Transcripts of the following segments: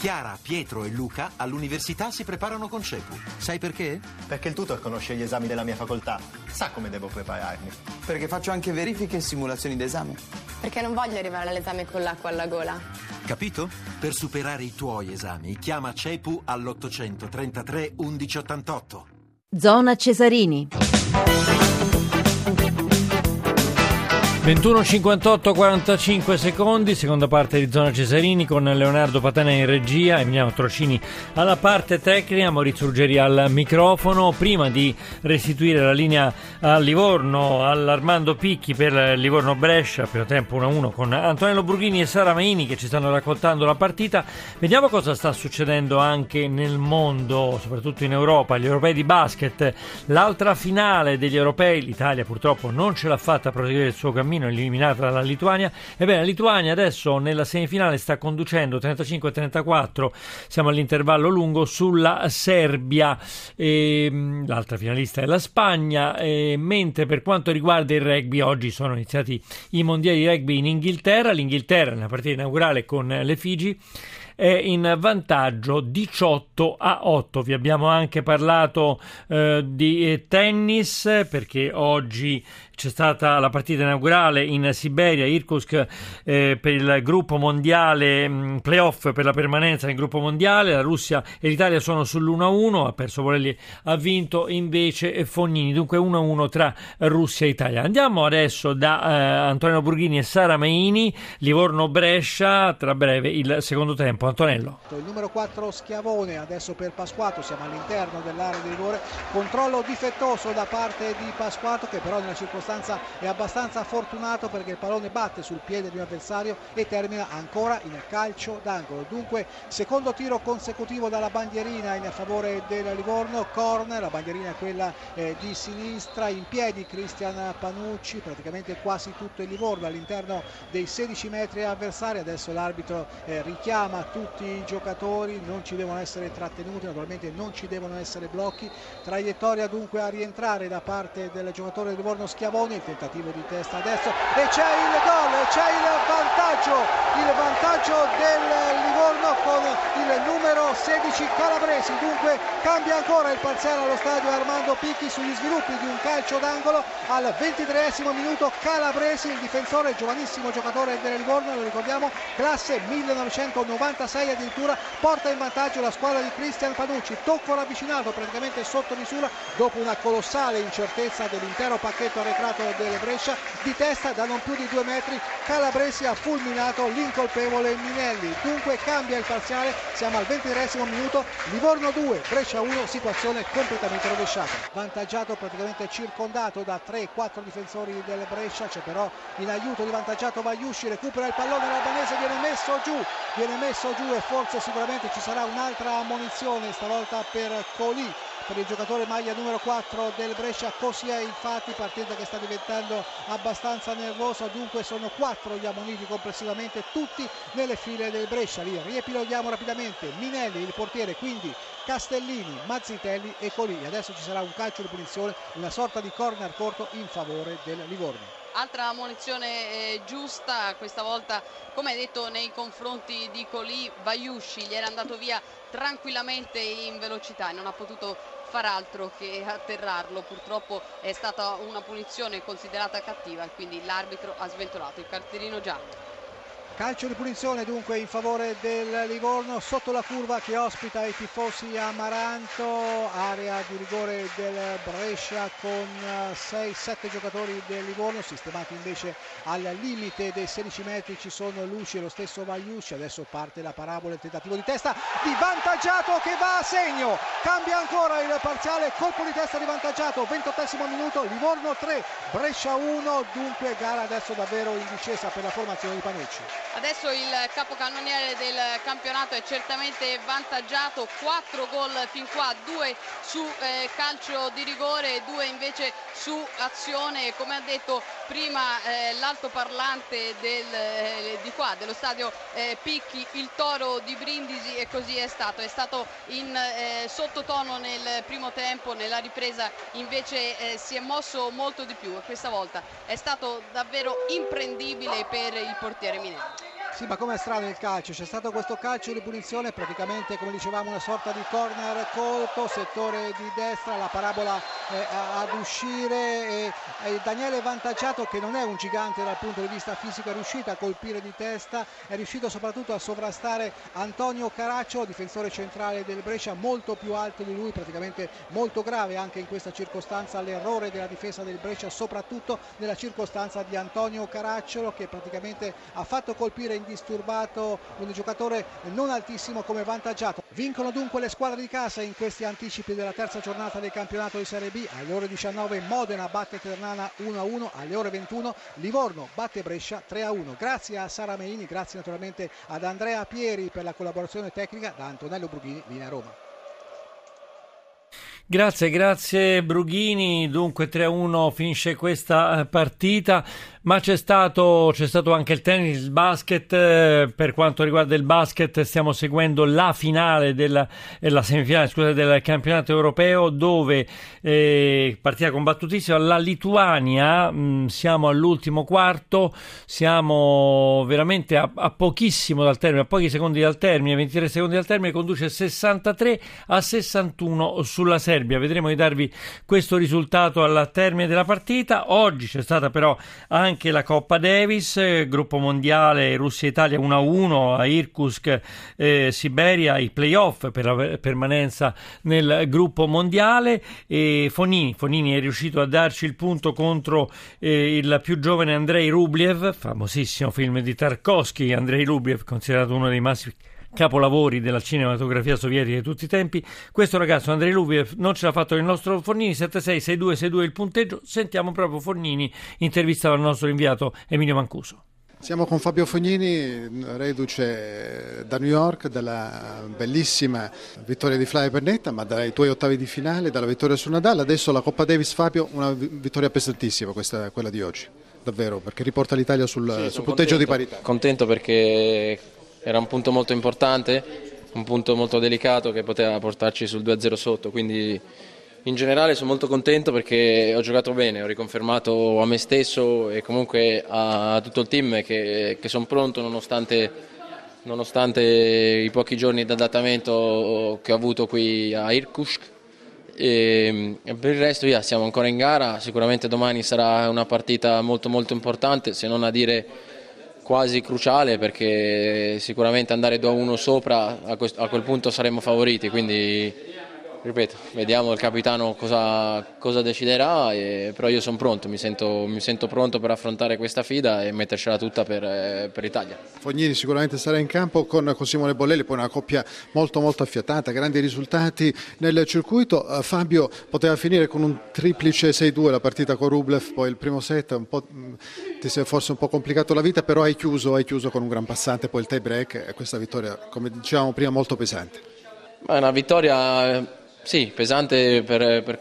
Chiara, Pietro e Luca all'università si preparano con CEPU. Sai perché? Perché il tutor conosce gli esami della mia facoltà, sa come devo prepararmi. Perché faccio anche verifiche e simulazioni d'esame. Perché non voglio arrivare all'esame con l'acqua alla gola. Capito? Per superare i tuoi esami, chiama CEPU all'833 1188. Zona Cesarini. 21:58, 45 secondi, seconda parte di Zona Cesarini con Leonardo Patana in regia, Emiliano Trocini alla parte tecnica, Maurizio Ruggeri al microfono. Prima di restituire la linea a Livorno, all'Armando Picchi per Livorno-Brescia, primo tempo 1-1 con Antonello Brughini e Sara Maini che ci stanno raccontando la partita. Vediamo cosa sta succedendo anche nel mondo, soprattutto in Europa, gli europei di basket. L'altra finale degli europei, l'Italia purtroppo non ce l'ha fatta a proseguire il suo cammino, eliminata dalla Lituania. Ebbene, la Lituania adesso nella semifinale sta conducendo 35-34, siamo all'intervallo lungo, sulla Serbia. L'altra finalista è la Spagna, mentre per quanto riguarda il rugby, oggi sono iniziati i mondiali di rugby in Inghilterra. L'Inghilterra nella partita inaugurale con le Figi è in vantaggio 18-8. Vi abbiamo anche parlato di tennis, perché oggi c'è stata la partita inaugurale in Siberia, Irkutsk, per il gruppo mondiale, playoff per la permanenza nel gruppo mondiale. La Russia e l'Italia sono sull'1-1, ha perso Borelli, ha vinto invece Fognini, dunque 1-1 tra Russia e Italia. Andiamo adesso da Antonello Brughini e Sara Maini, Livorno-Brescia, tra breve il secondo tempo. Antonello. Il numero 4 Schiavone, adesso per Pasquato, siamo all'interno dell'area di rigore, controllo difettoso da parte di Pasquato, che però nella circostanza è abbastanza fortunato perché il pallone batte sul piede di un avversario e termina ancora in calcio d'angolo. Dunque secondo tiro consecutivo dalla bandierina in favore del Livorno, corner, la bandierina è quella di sinistra, in piedi Cristian Panucci, praticamente quasi tutto il Livorno all'interno dei 16 metri avversari. Adesso l'arbitro richiama tutti i giocatori, non ci devono essere trattenuti, naturalmente non ci devono essere blocchi. Traiettoria dunque a rientrare da parte del giocatore del Livorno Schiavone, il tentativo di testa adesso e c'è il gol, c'è il vantaggio del Livorno con il numero 16 Calabresi. Dunque cambia ancora il parziale allo stadio Armando Picchi sugli sviluppi di un calcio d'angolo al 23esimo minuto. Calabresi, il difensore, giovanissimo giocatore del Livorno, lo ricordiamo, classe 1996 addirittura, porta in vantaggio la squadra di Cristian Panucci. Tocco ravvicinato praticamente sotto misura dopo una colossale incertezza dell'intero pacchetto arretrato del Brescia, di testa da non più di 2 metri Calabresi ha fulminato l'incolpevole Minelli. Dunque cambia il parziale, siamo al 23esimo minuto, Livorno 2 Brescia 1, situazione completamente rovesciata. Vantaggiato, praticamente circondato da 3-4 difensori del Brescia, c'è però in aiuto di vantaggiato Vaiusci, recupera il pallone, l'albanese viene messo giù e forse sicuramente ci sarà un'altra ammonizione, stavolta per Colì, per il giocatore maglia numero 4 del Brescia. Così è infatti, partita che sta diventando abbastanza nervosa, dunque sono 4 gli ammoniti complessivamente, tutti nelle file del Brescia. Li riepiloghiamo rapidamente: Minelli, il portiere, quindi Castellini, Mazzitelli e Colì. Adesso ci sarà un calcio di punizione, una sorta di corner corto in favore del Livorno. Altra ammonizione giusta, questa volta come detto nei confronti di Colì. Vaiusci gli era andato via tranquillamente in velocità e non ha potuto far altro che atterrarlo. Purtroppo è stata una punizione considerata cattiva e quindi l'arbitro ha sventolato il cartellino giallo. Calcio di punizione dunque in favore del Livorno sotto la curva che ospita i tifosi Amaranto, area di rigore del Brescia con 6-7 giocatori del Livorno, sistemati invece al limite dei 16 metri ci sono Luci e lo stesso Vaiusci. Adesso parte la parabola, il tentativo di testa di Vantaggiato che va a segno, cambia ancora il parziale, colpo di testa di Vantaggiato, 28esimo minuto, Livorno 3 Brescia 1, dunque gara adesso davvero in discesa per la formazione di Panucci. Adesso il capocannoniere del campionato è certamente Vantaggiato, 4 gol fin qua, 2 su calcio di rigore e 2 invece su azione. Come ha detto prima l'altoparlante di qua, dello stadio Picchi, il toro di Brindisi, e così è stato in sottotono nel primo tempo, nella ripresa invece si è mosso molto di più e questa volta è stato davvero imprendibile per il portiere Minelli. Sì, ma com'è strano il calcio, c'è stato questo calcio di punizione, praticamente come dicevamo una sorta di corner colto, settore di destra, la parabola ad uscire, e Daniele Vantaggiato, che non è un gigante dal punto di vista fisico, è riuscito a colpire di testa, è riuscito soprattutto a sovrastare Antonio Caraccio, difensore centrale del Brescia, molto più alto di lui, praticamente molto grave anche in questa circostanza l'errore della difesa del Brescia, soprattutto nella circostanza di Antonio Caracciolo, che praticamente ha fatto colpire indisturbato un giocatore non altissimo come Vantaggiato. Vincono dunque le squadre di casa in questi anticipi della terza giornata del campionato di Serie B. Alle ore 19 Modena batte Ternana 1-1, alle ore 21 Livorno batte Brescia 3-1. Grazie a Sara Meini, grazie naturalmente ad Andrea Pieri per la collaborazione tecnica, da Antonello Brughini, linea Roma. Grazie Brughini. Dunque 3-1 finisce questa partita, ma c'è stato anche il tennis, il basket. Per quanto riguarda il basket stiamo seguendo la finale la semifinale del campionato europeo, dove partita combattutissima, la Lituania, siamo all'ultimo quarto, siamo veramente a pochissimo dal termine, a pochi secondi dal termine, 23 secondi dal termine, conduce 63-61 sulla Serbia. Vedremo di darvi questo risultato al termine della partita. Oggi c'è stata però anche la Coppa Davis, gruppo mondiale Russia-Italia 1-1 a Irkutsk, Siberia, i playoff per la permanenza nel gruppo mondiale, e Fognini è riuscito a darci il punto contro il più giovane Andrei Rublev, famosissimo film di Tarkovsky. Andrei Rublev, considerato uno dei massimi capolavori della cinematografia sovietica di tutti i tempi. Questo ragazzo Andrei Rublev non ce l'ha fatto il nostro Fognini. 7-6, 6-2, 6-2 il punteggio. Sentiamo proprio Fognini intervistato al nostro inviato Emilio Mancuso. Siamo con Fabio Fognini, reduce da New York, dalla bellissima vittoria di Flavio Pennetta, ma dai tuoi ottavi di finale, dalla vittoria su Nadal. Adesso la Coppa Davis. Fabio, una vittoria pesantissima quella di oggi, davvero, perché riporta l'Italia sul punteggio di parità. Contento perché era un punto molto importante, un punto molto delicato che poteva portarci sul 2-0 sotto, quindi in generale sono molto contento perché ho giocato bene, ho riconfermato a me stesso e comunque a tutto il team che sono pronto nonostante i pochi giorni di adattamento che ho avuto qui a Irkutsk. E per il resto siamo ancora in gara, sicuramente domani sarà una partita molto molto importante, se non a dire quasi cruciale, perché sicuramente andare 2-1 sopra a quel punto saremmo favoriti, quindi ripeto, vediamo il capitano cosa deciderà, però io sono pronto, mi sento pronto per affrontare questa sfida e mettercela tutta per l'Italia. Fognini sicuramente sarà in campo con Simone Bolelli, poi una coppia molto molto affiatata, grandi risultati nel circuito. Fabio, poteva finire con un triplice 6-2 la partita con Rublev, poi il primo set ti si è forse un po' complicato la vita, però hai chiuso con un gran passante, poi il tie break e questa vittoria, come dicevamo prima, molto pesante. È una vittoria sì, pesante per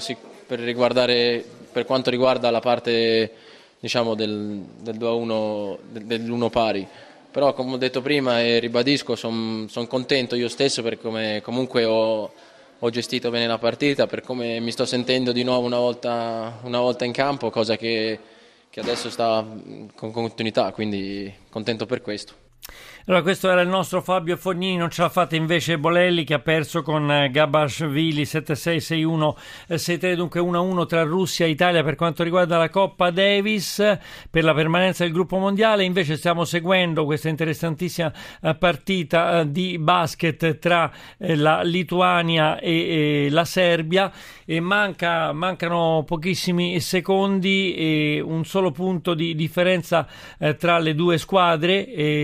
quanto riguarda la parte, diciamo, del 2-1, dell'1 pari, però come ho detto prima e ribadisco, sono contento io stesso per come comunque ho gestito bene la partita, per come mi sto sentendo di nuovo una volta in campo, cosa che adesso sta con continuità, quindi contento per questo. Allora, questo era il nostro Fabio Fognini. Non ce l'ha fatta invece Bolelli, che ha perso con Gabashvili 7-6, 6-1, 6-3, dunque 1-1 tra Russia e Italia per quanto riguarda la Coppa Davis per la permanenza del gruppo mondiale. Invece stiamo seguendo questa interessantissima partita di basket tra la Lituania e la Serbia, e mancano pochissimi secondi e un solo punto di differenza tra le due squadre,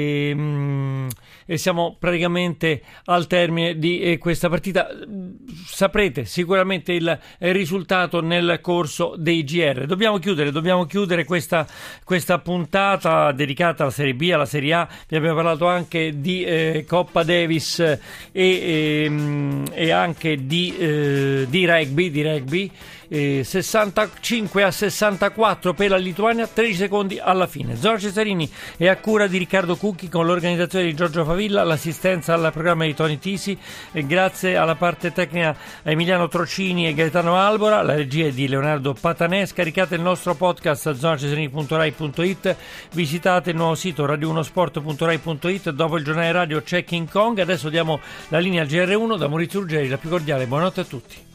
e siamo praticamente al termine di questa partita. Saprete sicuramente il risultato nel corso dei GR. Dobbiamo chiudere questa puntata dedicata alla Serie B, alla Serie A. Vi abbiamo parlato anche di Coppa Davis e anche di rugby. 65-64 per la Lituania, 13 secondi alla fine. Zona Cesarini è a cura di Riccardo Cucchi con l'organizzazione di Giorgio Favilla, l'assistenza al programma di Tony Tisi, e grazie alla parte tecnica a Emiliano Trocini e Gaetano Albora, la regia è di Leonardo Patanè. Scaricate il nostro podcast a zonacesarini.rai.it, visitate il nuovo sito radio1sport.rai.it. Dopo il giornale radio c'è King Kong. Adesso diamo la linea al GR1 da Maurizio Ruggeri. La più cordiale buonanotte a tutti.